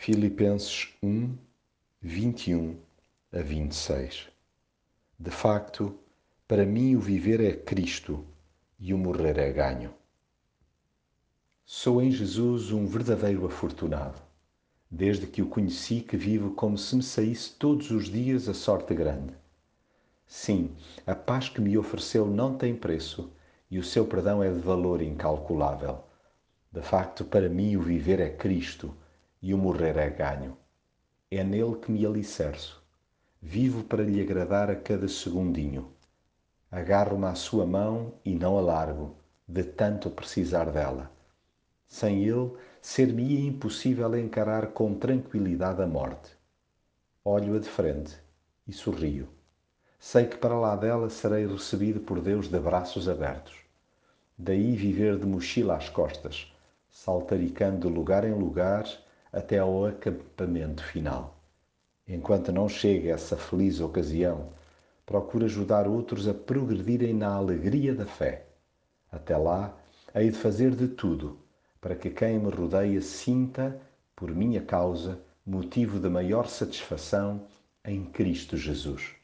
Filipenses 1, 21 a 26. De facto, para mim o viver é Cristo e o morrer é ganho. Sou em Jesus um verdadeiro afortunado. Desde que o conheci que vivo como se me saísse todos os dias a sorte grande. Sim, a paz que me ofereceu não tem preço e o seu perdão é de valor incalculável. De facto, para mim o viver é Cristo e o morrer é ganho. É nele que me alicerço. Vivo para lhe agradar a cada segundinho. Agarro-me à sua mão e não a largo, de tanto precisar dela. Sem ele, ser-me-ia impossível encarar com tranquilidade a morte. Olho-a de frente e sorrio. Sei que para lá dela serei recebido por Deus de braços abertos. Daí viver de mochila às costas, saltaricando de lugar em lugar até ao acampamento final. Enquanto não chega essa feliz ocasião, procuro ajudar outros a progredirem na alegria da fé. Até lá, hei de fazer de tudo para que quem me rodeia sinta, por minha causa, motivo de maior satisfação em Cristo Jesus.